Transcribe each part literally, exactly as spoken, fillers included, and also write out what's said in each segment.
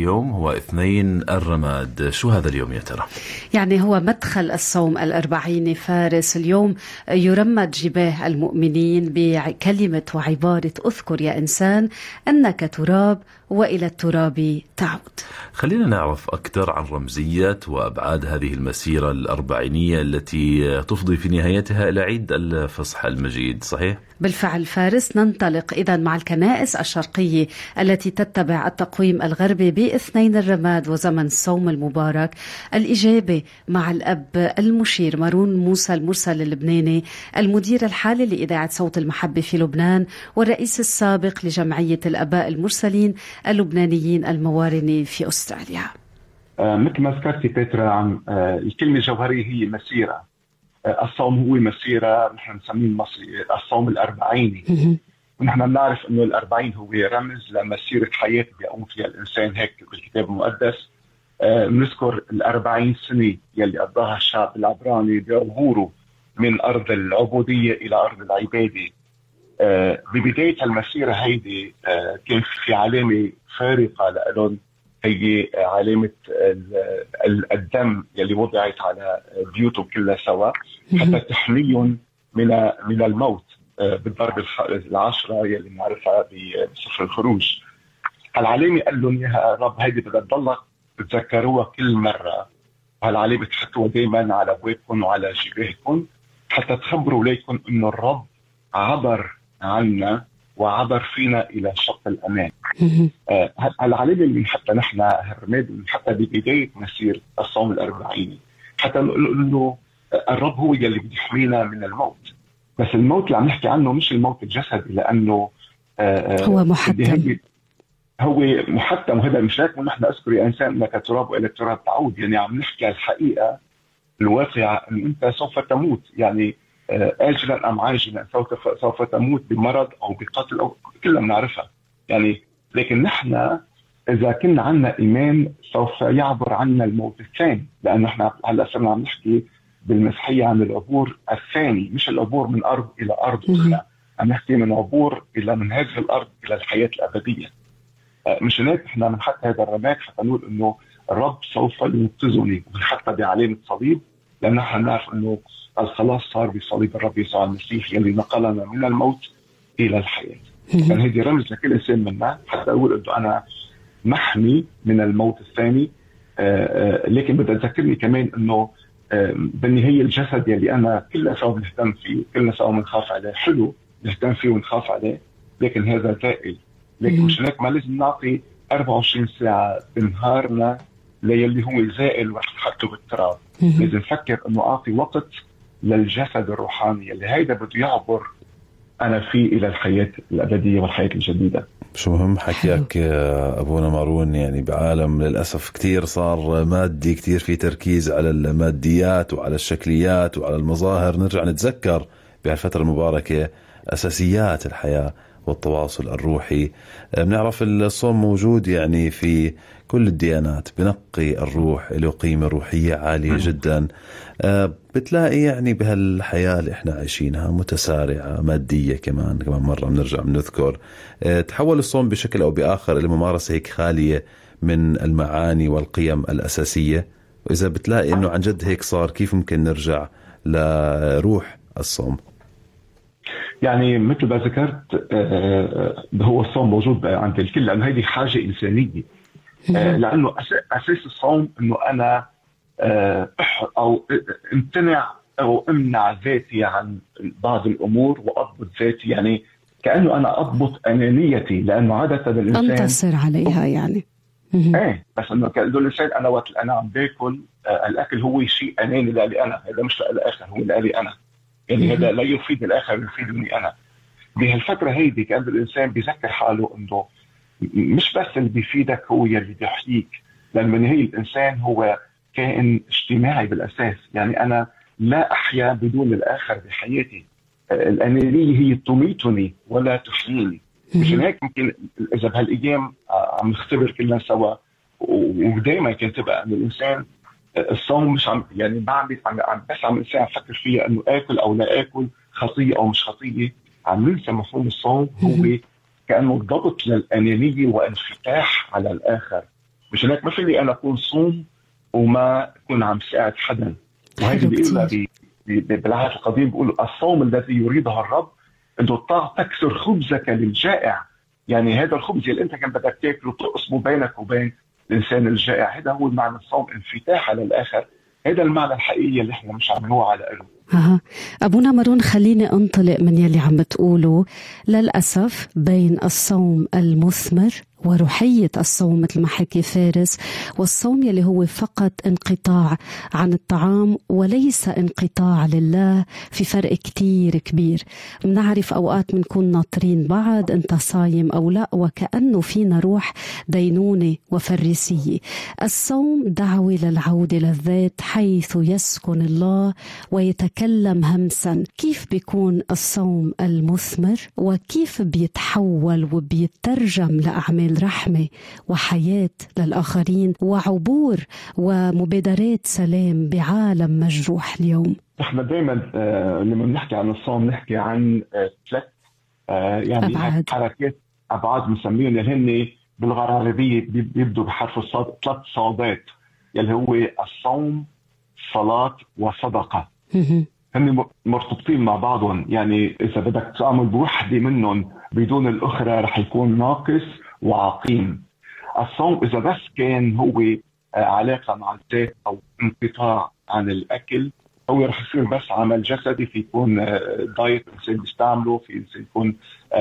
اليوم هو اثنين الرماد. شو هذا اليوم يا ترى؟ يعني هو مدخل الصوم الأربعيني فارس. اليوم يرمد جباه المؤمنين بكلمة وعبارة اذكر يا إنسان أنك تراب وإلى التراب تعود. خلينا نعرف أكثر عن رمزية وأبعاد هذه المسيرة الأربعينية التي تفضي في نهايتها إلى عيد الفصح المجيد، صحيح؟ بالفعل فارس. ننطلق إذن مع الكنائس الشرقية التي تتبع التقويم الغربي باثنين الرماد وزمن الصوم المبارك. الإجابة مع الأب المشير مارون موسى المرسل اللبناني، المدير الحالي لإذاعة صوت المحبة في لبنان والرئيس السابق لجمعية الآباء المرسلين اللبنانيين الموارنة في أستراليا. آه مثل ما ذكرتي بيترا عن آه الكلمة الجوهرية هي مسيرة. آه الصوم هو مسيرة، نحن نسميه المصري الصوم الأربعيني. ونحن بنعرف إنه الأربعين هو رمز لمسيرة حياة بيقوم فيها الإنسان هيك بالكتاب المقدس. آه بنذكر الأربعين سنة يلي قضاها الشعب العبراني بعبوره من أرض العبودية إلى أرض العبادة. آه ببداية المسيرة هيدي آه كان في علامة فارقة لهم، هي علامة الدم يلي وضعت على بيوتهم كلها سوا حتى تحميهم من من الموت بالضرب العشرة يلي نعرفها بسفر الخروج. هالعلامة قال لهم يا رب هيدي بدها تضلك تتذكروها كل مرة، وهالعلامة تحطوها دايما على ابوابكم وعلى جباهكم حتى تخبروا اولادكم انه الرب عبر عنا وعبر فينا الى شط الامان. آه العلامه اللي حتى نحن هالرماد حتى ببدايه مسير الصوم الاربعيني حتى نقول له الرب هو اللي بيحمينا من الموت. بس الموت اللي عم نحكي عنه مش الموت الجسدي، لانه آه هو محتم. هو محتم، وهذا مش هيك نحن اذكر يا انسان انك تراب والى التراب تعود. يعني عم نحكي الحقيقه الواقعه ان انت سوف تموت، يعني آجلا أم عاجلا سوف سوف تموت بمرض أو بقتل أو كلنا بنعرفها يعني. لكن نحن إذا كنا عنا إيمان سوف يعبر عنا الموت الثاني، لأن نحن هلا صرنا عم نحكي بالمسيحية عن العبور الثاني، مش العبور من أرض إلى أرض أخرى، عم نحكي من عبور إلى من هذه الأرض إلى الحياة الأبدية. مش هناك نحن بنحط هذا الرماد حتى نقول إنه الرب سوف ينقذني، وحتى بعلامة صليب، لأن نحن نعرف إنه الخلاص صار بصليب الرب يسوع المسيح يلي نقلنا من الموت إلى الحياة. كان هذه رمز لكل إنسان منا حتى أقول إنه أنا محمي من الموت الثاني. آآ آآ لكن بدي أذكرني كمان إنه بالنهاية الجسد يلي أنا كلنا سوا بنهتم فيه، كلنا سوا بنخاف عليه، حلو نهتم فيه ونخاف عليه، لكن هذا زائل. لكن مش هناك ما لازم نعطي أربعة وعشرين ساعة بنهارنا ليلي هو زائل ونحطه بالتراب. لازم نفكر إنه أعطي وقت للجسد الروحاني اللي هيدا بده يعبر أنا فيه إلى الحياة الأبدية والحياة الجديدة. شو مهم حكيك أبونا مارون، يعني بعالم للأسف كتير صار مادي، كتير في تركيز على الماديات وعلى الشكليات وعلى المظاهر. نرجع نتذكر بهالفترة المباركة أساسيات الحياة والتواصل الروحي. بنعرف الصوم موجود يعني في كل الديانات، بنقي الروح له قيمة روحية عالية جدا. بتلاقي يعني بهالحياة اللي احنا عايشينها متسارعة مادية كمان كمان مرة بنرجع بنذكر تحول الصوم بشكل أو بآخر إلى ممارسة هيك خالية من المعاني والقيم الأساسية. وإذا بتلاقي إنه عن جد هيك صار، كيف ممكن نرجع لروح الصوم؟ يعني مثل ما ذكرت هو الصوم موجود عند الكل، لأنه هذه حاجة إنسانية. لأنه أساس الصوم أنه أنا أو امتنع أو أمنع ذاتي عن بعض الأمور وأضبط ذاتي، يعني كأنه أنا أضبط أنانيتي، لأنه عادة الإنسان أنتصر عليها يعني. إيه بس إنه كأنه الإنسان أنا وقت أنا عم باكل الأكل هو شيء أناني لي أنا، هذا مش للآخر، هو لي أنا، يعني هذا لا يفيد الآخر يفيدني أنا. بهالفترة هيدي كأن الإنسان بيذكر حاله إنه مش بس اللي بيفيدك هو اللي بيحييك، لأن بالنهاية الإنسان هو كائن اجتماعي بالأساس. يعني أنا لا أحيا بدون الآخر بحياتي. الأنانية هي تميتني ولا تحييني. مش هيك ممكن إذا بهالأيام عم نختبر كلنا سوا، ودائما كانت تبقى أن الإنسان الصوم مش عم يعني بعمل عم بس عم الإنسان فكر فيها إنه آكل أو لا آكل، خطية أو مش خطية. عم ننسى مفهوم الصوم هو كأنه ضبط للأنانية وانفتاح على الآخر. مش هيك ما فيني انا اكون صوم وما اكون عم ساعد حدا. وهذا بيقولنا بالعهد القديم بيقولوا الصوم الذي يريده الرب انه تكسر خبزك للجائع. يعني هذا الخبز اللي انت كان بدك تاكله تقسمه بينك وبين الانسان الجائع، هذا هو المعنى الصوم، انفتاح على الاخر. هذا المعنى الحقيقي اللي احنا مش عم نوعى له. أها. أبونا مارون، خليني أنطلق من يلي عم بتقوله. للأسف بين الصوم المثمر وروحية الصوم مثل ما حكي فارس، والصوم يلي هو فقط انقطاع عن الطعام وليس انقطاع لله، في فرق كتير كبير. بنعرف أوقات منكون ناطرين بعض أنت صايم أو لا، وكأنه فينا روح دينونة وفريسية. الصوم دعوة للعودة للذات حيث يسكن الله ويتكلم همسا. كيف بيكون الصوم المثمر وكيف بيتحول وبيترجم لأعمال رحمة وحياة للآخرين وعبور ومبادرات سلام بعالم مجروح اليوم؟ نحن دائما آه لما نحكي عن الصوم نحكي عن آه ثلاث آه يعني أبعاد. حركات أبعاد مسميهم اللي هن باللغة العربية بيبدوا بحرف الصاد، ثلاث صادات اللي هو الصوم، صلاة، وصدقة. هن مرتبطين مع بعضهم. يعني إذا بدك تعمل بوحدة منهم بدون الأخرى رح يكون ناقص وعقيم. الصوم إذا بس كان هو علاقة مع الذات أو انقطاع عن الأكل، هو رح يصير بس عمل جسدي، في يكون دايت إنسان بيستعمله، في إنسان يكون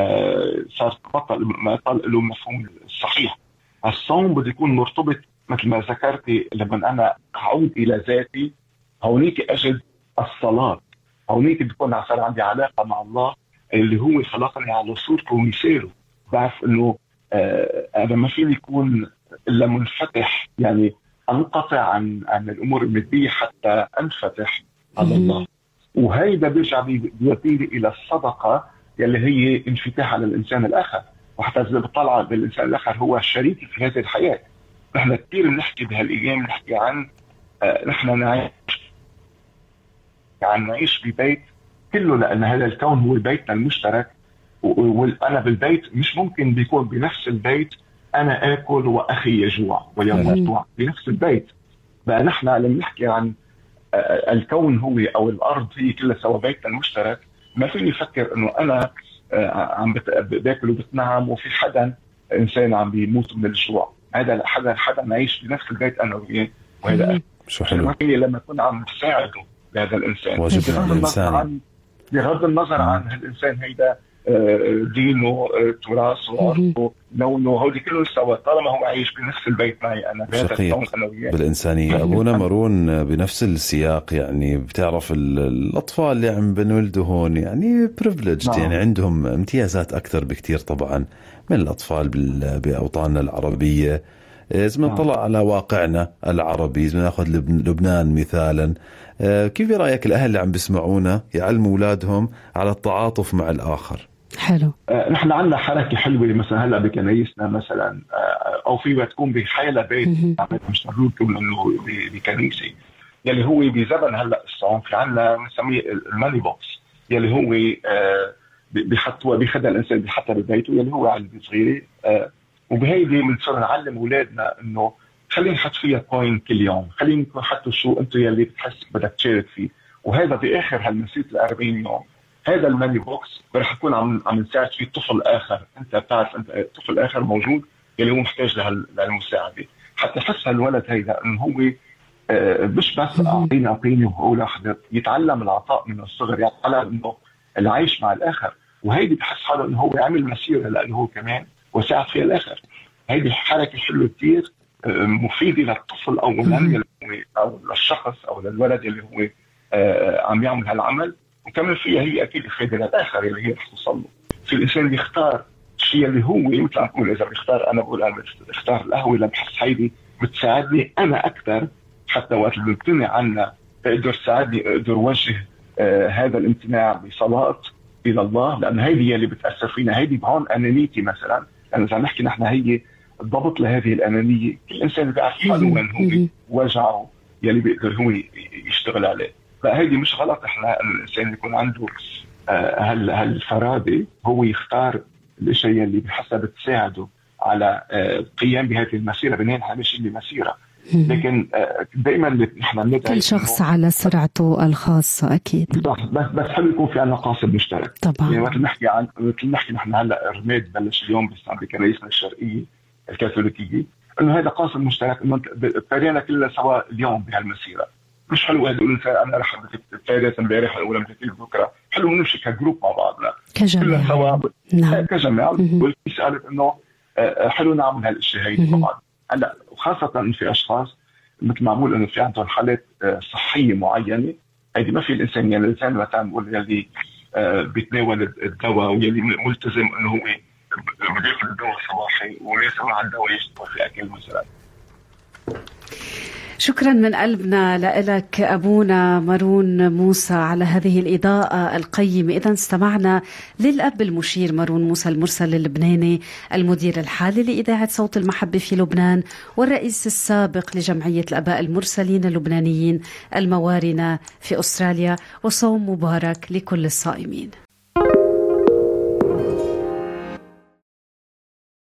صار بطل ما طال له مفهوم الصحيح. الصوم بده يكون مرتبط مثل ما ذكرتي، لما أنا أعود إلى ذاتي هونيك أجد الصلاة، هونيك بيكون صار عندي علاقة مع الله اللي هو خلقني على صورته ومثاله. بعرف إنه آه أنا ما فيني يكون إلا منفتح، يعني أنقطع عن عن الأمور المادية حتى أنفتح على الله. وهيدا بيرجع بيطير إلى الصدقة يلي هي انفتاح على الإنسان الآخر. وحتى إذا بطلع بالإنسان الآخر هو شريكي في هذه الحياة. نحن كثير بنحكي بهالأيام نحكي عن آه نحن نعيش عن نعيش ببيت كله، لأن هذا الكون هو بيتنا المشترك. وأنا بالبيت مش ممكن بيكون بنفس البيت أنا آكل وأخي يجوع ويموت بنفس البيت. بقى نحن لما نحكي عن الكون هو أو الأرض هي كلها سوا بيتنا المشترك، ما فيني أفكر إنه أنا عم باكل وبتنعم وفي حدا إنسان عم بيموت من الجوع. هذا حدا حدا نعيش بنفس البيت أنا وياه. وهذا شو حلو لما كنا عم نساعده بهذا الإنسان، واجبنا الإنساني بغض النظر عن هالإنسان هيدا دينه، تراثه، عرفه، لونه، هودي كله سوا طالما هو عايش بنفس البيت معي أنا بهذا الكون أنا وياه بالإنسانية. أبونا مارون بنفس السياق، يعني بتعرف الأطفال اللي عم بنولدوا هون يعني privileged، يعني عندهم امتيازات أكثر بكتير طبعا من الأطفال بأوطاننا العربية. إذا نطلع على واقعنا العربي، إذا ناخذ لبنان مثالا، كيف رأيك الأهل اللي عم بيسمعونا يعلموا أولادهم على التعاطف مع الآخر؟ حلو. آه، نحن عندنا حركة حلوة مثلا هلا بكنايسنا مثلا، آه، أو في تكون بحالة بيت مش ضروري تكون إنه بكنيسة، يلي هو بزمن هلا الصوم في عندنا بنسميه الماني بوكس، يلي هو آه بيحطوا بيخدها الإنسان بيحطها ببيته، يلي هو علبة صغيرة. آه وبهيدي بنصير نعلم أولادنا إنه خلينا نحط فيها كوين كل يوم، خلينا نحطوا شو أنتوا يلي بتحس بدك تشارك فيه. وهذا بآخر هالمسيرة الأربعين يوم هذا الماني بوكس رح يكون عم عم نساعد فيه طفل آخر. أنت بتعرف أنت طفل آخر موجود يلي هو محتاج لهالمساعدة، حتى يحس هالولد هيدا إنه هو آه مش بس أعطيني أعطيني وأقول أحد، يتعلم العطاء من الصغر، يتعلم إنه العيش مع الآخر. وهيدي بحس حاله إنه هو عمل مسيرة لأنه هو كمان وساعد فيها الآخر. هيدي حركة حلوة كتير مفيدة للطفل أولا أو للشخص أو للولد اللي هو عم يعمل هالعمل، وكمان فيها هي أكيد إفادة للآخر اللي هي رح توصل له. في الإنسان بيختار الشيء اللي هو مثل عم تقول، إذا بيختار أنا بقول أنا بختار القهوة لما بحس هيدي بتساعدني أنا أكثر، حتى وقت اللي بمتنع عنها بقدر تساعدني أقدر وجه آه هذا الامتناع بصلاة إلى الله، لأن هيدي اللي بتأثر فينا. هيدي بهون أنانيتي مثلا، لأن إذا نحكي نحن هي الضبط لهذه الأنانية، كل إنسان بيعرف حاله وين هو وجعه يلي بيقدر هو يشتغل عليه. فهيدي مش غلط إحنا أن الإنسان يكون عنده آه هالفرادة، هو يختار الأشياء اللي بحسها بتساعده على القيام بهذه المسيرة، بيننا ماشيين بمسيرة، لكن دائما نحن بندعي كل شخص على سرعته الخاصة أكيد. بس بس حلو يكون في عندنا قاصد مشترك طبعا. يعني مثل نحكي عن مثل نحكي نحن هلا رماد بلش اليوم بس بكنايسنا الشرقية الكاثوليكية، إنه هذا قاصد مشترك، إنه ابتدينا كلنا سوا اليوم بهالمسيرة. مش حلو هذا يقول أنا رح ابتديت امبارح ولا متفق بكرة، حلو نمشي كجروب مع بعضنا كجماعة سوا. نعم. كجماعة. والكنيسة قالت إنه حلو نعمل هالاشياء هيدي مع بعض. هلا وخاصة إن في أشخاص مثل معمول إنه في عندهم حالات صحية معينة، هيدي ما في الإنسان يعني الإنسان مثلا بقول يلي بيتناول الدواء ويلي ملتزم إنه هو بياخذ الدواء صباحي وليس مع الدواء يشتغل في أكل مثلا. شكرا من قلبنا لك أبونا مارون موسى على هذه الإضاءة القيمة. إذن استمعنا للأب المشير مارون موسى المرسل اللبناني، المدير الحالي لإذاعة صوت المحبة في لبنان والرئيس السابق لجمعية الآباء المرسلين اللبنانيين الموارنة في أستراليا. وصوم مبارك لكل الصائمين.